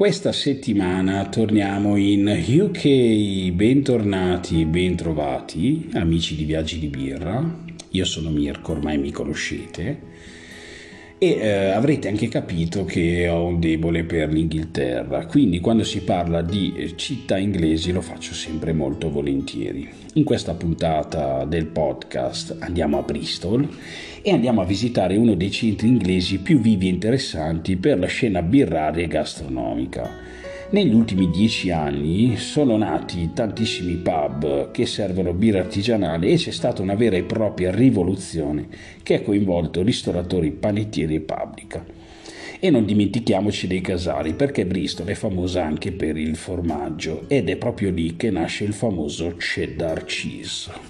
Questa settimana torniamo in UK, bentornati, bentrovati, amici di Viaggi di Birra. Io sono Mirko, ormai mi conoscete, e avrete anche capito che ho un debole per l'Inghilterra, quindi quando si parla di città inglesi lo faccio sempre molto volentieri. In questa puntata del podcast andiamo a Bristol e andiamo a visitare uno dei centri inglesi più vivi e interessanti per la scena birraria e gastronomica. Negli ultimi 10 anni sono nati tantissimi pub che servono birra artigianale e c'è stata una vera e propria rivoluzione che ha coinvolto ristoratori, panettieri e pubblica. E non dimentichiamoci dei casari, perché Bristol è famosa anche per il formaggio ed è proprio lì che nasce il famoso cheddar cheese.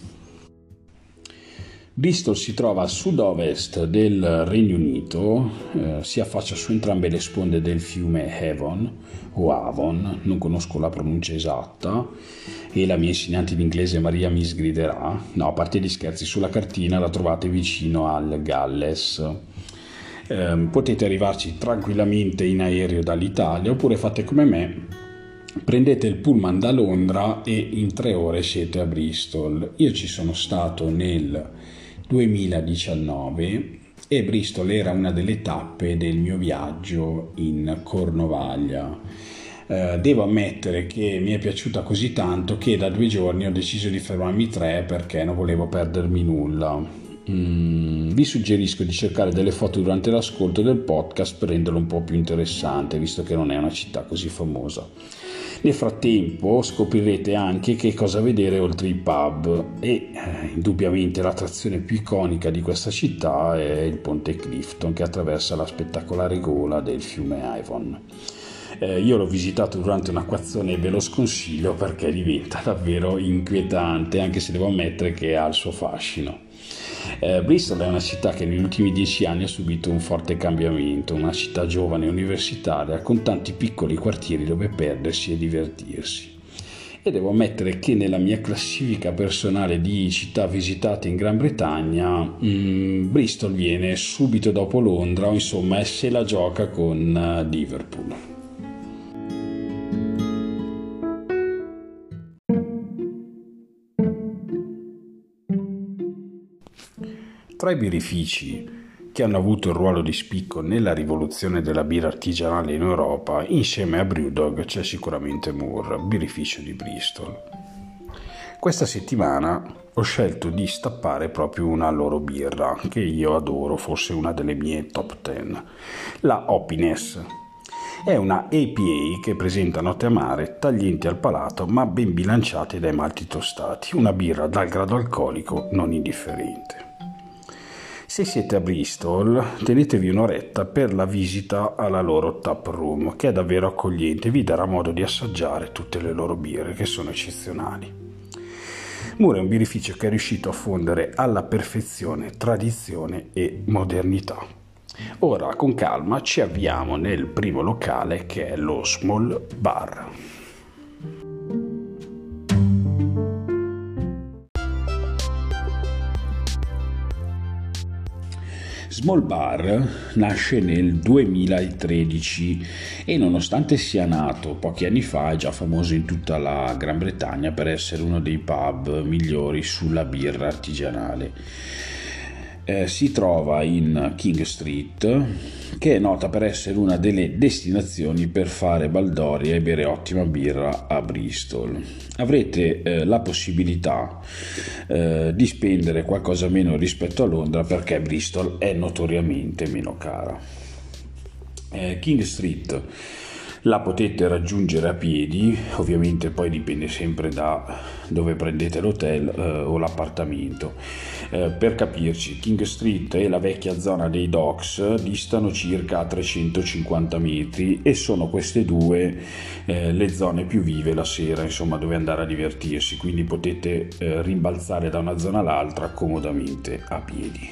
Bristol si trova a sud-ovest del Regno Unito, si affaccia su entrambe le sponde del fiume Avon o Avon, non conosco la pronuncia esatta e la mia insegnante di inglese Maria mi sgriderà. No, a parte gli scherzi, sulla cartina la trovate vicino al Galles. Potete arrivarci tranquillamente in aereo dall'Italia oppure fate come me, prendete il pullman da Londra e in 3 ore siete a Bristol. Io ci sono stato nel 2019 e Bristol era una delle tappe del mio viaggio in Cornovaglia. Devo ammettere che mi è piaciuta così tanto che da 2 giorni ho deciso di fermarmi 3 perché non volevo perdermi nulla. Vi suggerisco di cercare delle foto durante l'ascolto del podcast per renderlo un po' più interessante, visto che non è una città così famosa. Nel frattempo scoprirete anche che cosa vedere oltre i pub e indubbiamente l'attrazione più iconica di questa città è il ponte Clifton che attraversa la spettacolare gola del fiume Avon. Io l'ho visitato durante un'acquazzone e ve lo sconsiglio perché diventa davvero inquietante, anche se devo ammettere che ha il suo fascino. Bristol è una città che negli ultimi 10 anni ha subito un forte cambiamento, una città giovane e universitaria con tanti piccoli quartieri dove perdersi e divertirsi. E devo ammettere che nella mia classifica personale di città visitate in Gran Bretagna, Bristol viene subito dopo Londra o insomma se la gioca con Liverpool. Tra i birrifici che hanno avuto il ruolo di spicco nella rivoluzione della birra artigianale in Europa, insieme a Brewdog c'è sicuramente Moore, birrificio di Bristol. Questa settimana ho scelto di stappare proprio una loro birra che io adoro, forse una delle mie top 10, la Happiness. È una APA che presenta note amare, taglienti al palato ma ben bilanciate dai malti tostati, una birra dal grado alcolico non indifferente. Se siete a Bristol, tenetevi un'oretta per la visita alla loro tap room, che è davvero accogliente e vi darà modo di assaggiare tutte le loro birre, che sono eccezionali. Moore è un birrificio che è riuscito a fondere alla perfezione tradizione e modernità. Ora, con calma, ci avviamo nel primo locale, che è lo Small Bar. Small Bar nasce nel 2013 e nonostante sia nato pochi anni fa è già famoso in tutta la Gran Bretagna per essere uno dei pub migliori sulla birra artigianale. Si trova in King Street, che è nota per essere una delle destinazioni per fare baldoria e bere ottima birra a Bristol. Avrete la possibilità di spendere qualcosa meno rispetto a Londra perché Bristol è notoriamente meno cara. King Street la potete raggiungere a piedi, ovviamente poi dipende sempre da dove prendete l'hotel o l'appartamento. Per capirci, King Street e la vecchia zona dei Docks distano circa 350 metri e sono queste due le zone più vive la sera, insomma, dove andare a divertirsi, quindi potete rimbalzare da una zona all'altra comodamente a piedi.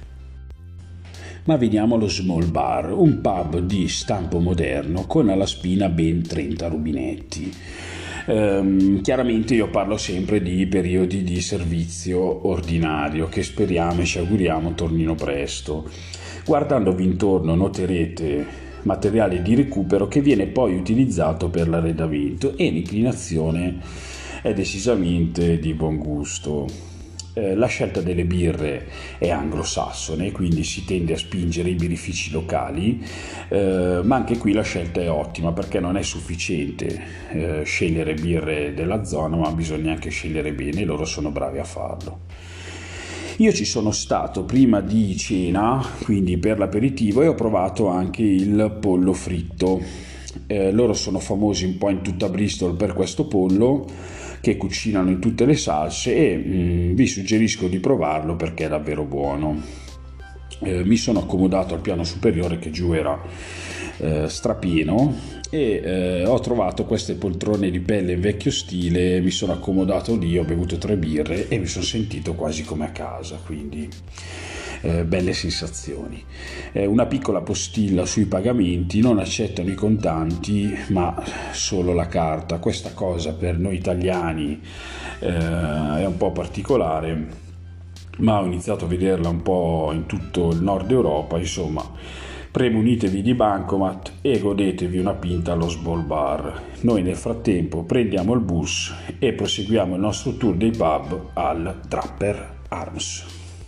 Ma veniamo allo Small Bar, un pub di stampo moderno con alla spina ben 30 rubinetti. Chiaramente io parlo sempre di periodi di servizio ordinario che speriamo e ci auguriamo tornino presto. Guardandovi intorno noterete materiale di recupero che viene poi utilizzato per l'arredamento, e l'inclinazione è decisamente di buon gusto. La scelta delle birre è anglosassone, quindi si tende a spingere i birrifici locali, ma anche qui la scelta è ottima, perché non è sufficiente scegliere birre della zona, ma bisogna anche scegliere bene, e loro sono bravi a farlo. Io ci sono stato prima di cena, quindi per l'aperitivo, e ho provato anche il pollo fritto. Loro sono famosi un po' in tutta Bristol per questo pollo, che cucinano in tutte le salse, e vi suggerisco di provarlo perché è davvero buono. Mi sono accomodato al piano superiore, che giù era strapieno, e ho trovato queste poltrone di pelle in vecchio stile. Mi sono accomodato lì, ho bevuto 3 birre e mi sono sentito quasi come a casa, quindi belle sensazioni. Una piccola postilla sui pagamenti: non accettano i contanti ma solo la carta. Questa cosa per noi italiani è un po' particolare, ma ho iniziato a vederla un po' in tutto il nord Europa. Insomma, premunitevi di bancomat e godetevi una pinta allo Small Bar. Noi nel frattempo prendiamo il bus e proseguiamo il nostro tour dei pub al Draper Arms.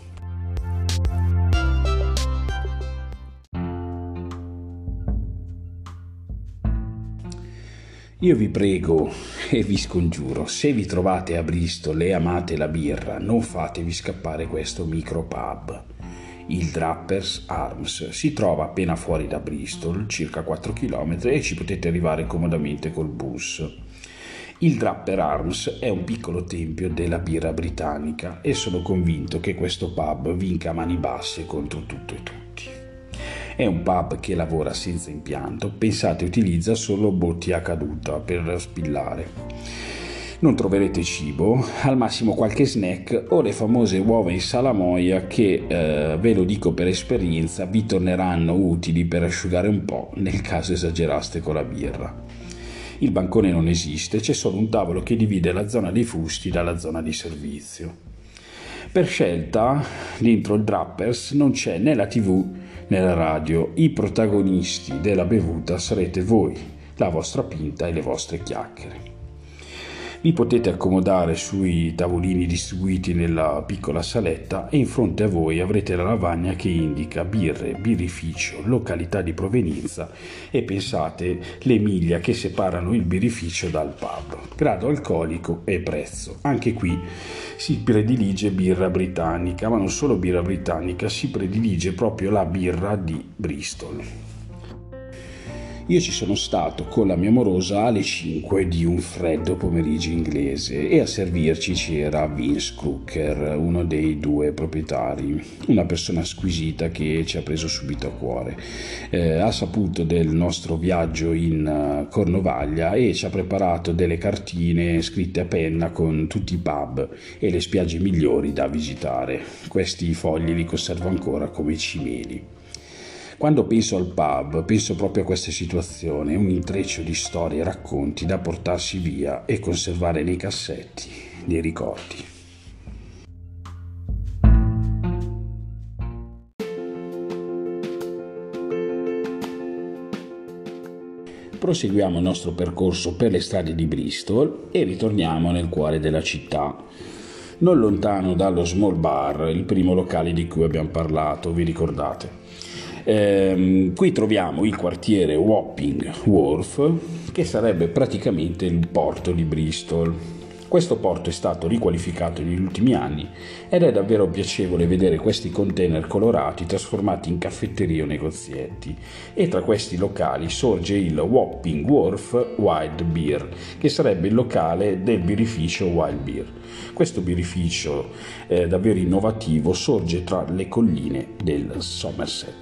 Io vi prego e vi scongiuro, se vi trovate a Bristol e amate la birra, non fatevi scappare questo micro pub. Il Draper's Arms si trova appena fuori da Bristol, circa 4 km, e ci potete arrivare comodamente col bus. Il Draper Arms è un piccolo tempio della birra britannica, e sono convinto che questo pub vinca a mani basse contro tutto e tutti. È un pub che lavora senza impianto, pensate, utilizza solo botti a caduta per spillare. Non troverete cibo, al massimo qualche snack o le famose uova in salamoia che, ve lo dico per esperienza, vi torneranno utili per asciugare un po' nel caso esageraste con la birra. Il bancone non esiste, c'è solo un tavolo che divide la zona dei fusti dalla zona di servizio. Per scelta, dentro il Drappers non c'è né la TV né la radio. I protagonisti della bevuta sarete voi, la vostra pinta e le vostre chiacchiere. Vi potete accomodare sui tavolini distribuiti nella piccola saletta, e in fronte a voi avrete la lavagna che indica birre, birrificio, località di provenienza e, pensate, le miglia che separano il birrificio dal pub, grado alcolico e prezzo. Anche qui si predilige birra britannica, ma non solo birra britannica, si predilige proprio la birra di Bristol. Io ci sono stato con la mia amorosa alle 5 di un freddo pomeriggio inglese, e a servirci c'era Vince Crooker, uno dei 2 proprietari, una persona squisita che ci ha preso subito a cuore. Ha saputo del nostro viaggio in Cornovaglia e ci ha preparato delle cartine scritte a penna con tutti i pub e le spiagge migliori da visitare. Questi fogli li conservo ancora come cimeli. Quando penso al pub, penso proprio a queste situazioni, un intreccio di storie e racconti da portarsi via e conservare nei cassetti dei ricordi. Proseguiamo il nostro percorso per le strade di Bristol e ritorniamo nel cuore della città, non lontano dallo Small Bar, il primo locale di cui abbiamo parlato, vi ricordate? Qui troviamo il quartiere Wapping Wharf, che sarebbe praticamente il porto di Bristol. Questo porto è stato riqualificato negli ultimi anni ed è davvero piacevole vedere questi container colorati trasformati in caffetterie o negozietti, e tra questi locali sorge il Wapping Wharf Wild Beer, che sarebbe il locale del birrificio Wild Beer. Questo birrificio davvero innovativo sorge tra le colline del Somerset.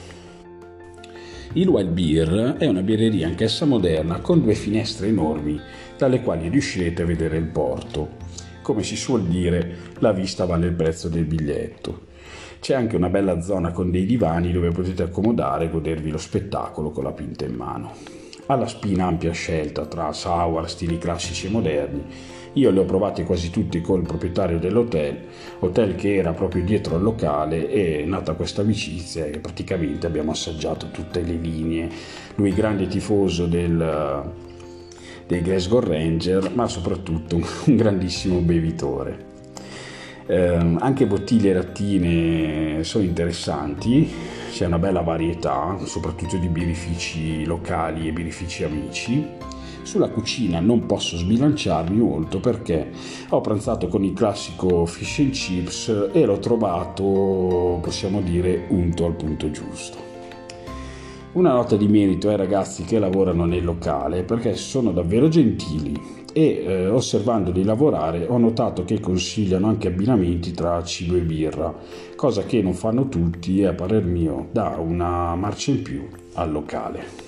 Il Wild Beer è una birreria anch'essa moderna, con 2 finestre enormi dalle quali riuscirete a vedere il porto. Come si suol dire, la vista vale il prezzo del biglietto. C'è anche una bella zona con dei divani dove potete accomodare e godervi lo spettacolo con la pinta in mano. Alla spina ampia scelta tra sour, stili classici e moderni, Io le ho provate quasi tutte col proprietario dell'hotel, hotel che era proprio dietro al locale, e è nata questa amicizia e praticamente abbiamo assaggiato tutte le linee. Lui grande tifoso dei Glasgow Ranger, ma soprattutto un grandissimo bevitore. Anche bottiglie e lattine sono interessanti, c'è una bella varietà, soprattutto di birrifici locali e birrifici amici. Sulla cucina non posso sbilanciarmi molto perché ho pranzato con il classico fish and chips e l'ho trovato, possiamo dire, unto al punto giusto. Una nota di merito ai ragazzi che lavorano nel locale perché sono davvero gentili e osservandoli lavorare ho notato che consigliano anche abbinamenti tra cibo e birra, cosa che non fanno tutti e a parer mio dà una marcia in più al locale.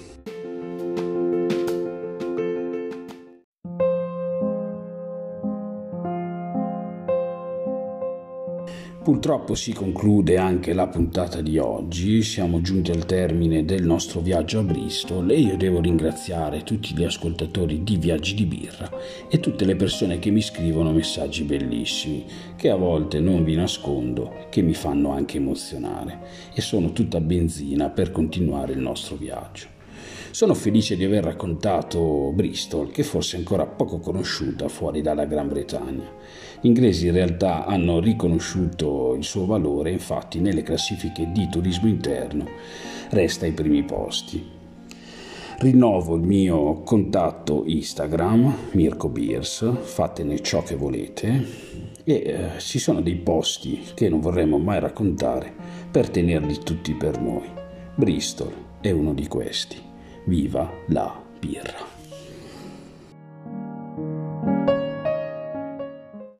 Purtroppo si conclude anche la puntata di oggi, siamo giunti al termine del nostro viaggio a Bristol e io devo ringraziare tutti gli ascoltatori di Viaggi di Birra e tutte le persone che mi scrivono messaggi bellissimi, che a volte non vi nascondo, che mi fanno anche emozionare e sono tutta benzina per continuare il nostro viaggio. Sono felice di aver raccontato Bristol, che forse è ancora poco conosciuta fuori dalla Gran Bretagna. Gli inglesi in realtà hanno riconosciuto il suo valore, infatti nelle classifiche di turismo interno resta ai primi posti. Rinnovo il mio contatto Instagram, Mirko Beers, fatene ciò che volete, e ci sono dei posti che non vorremmo mai raccontare per tenerli tutti per noi. Bristol è uno di questi. Viva la birra!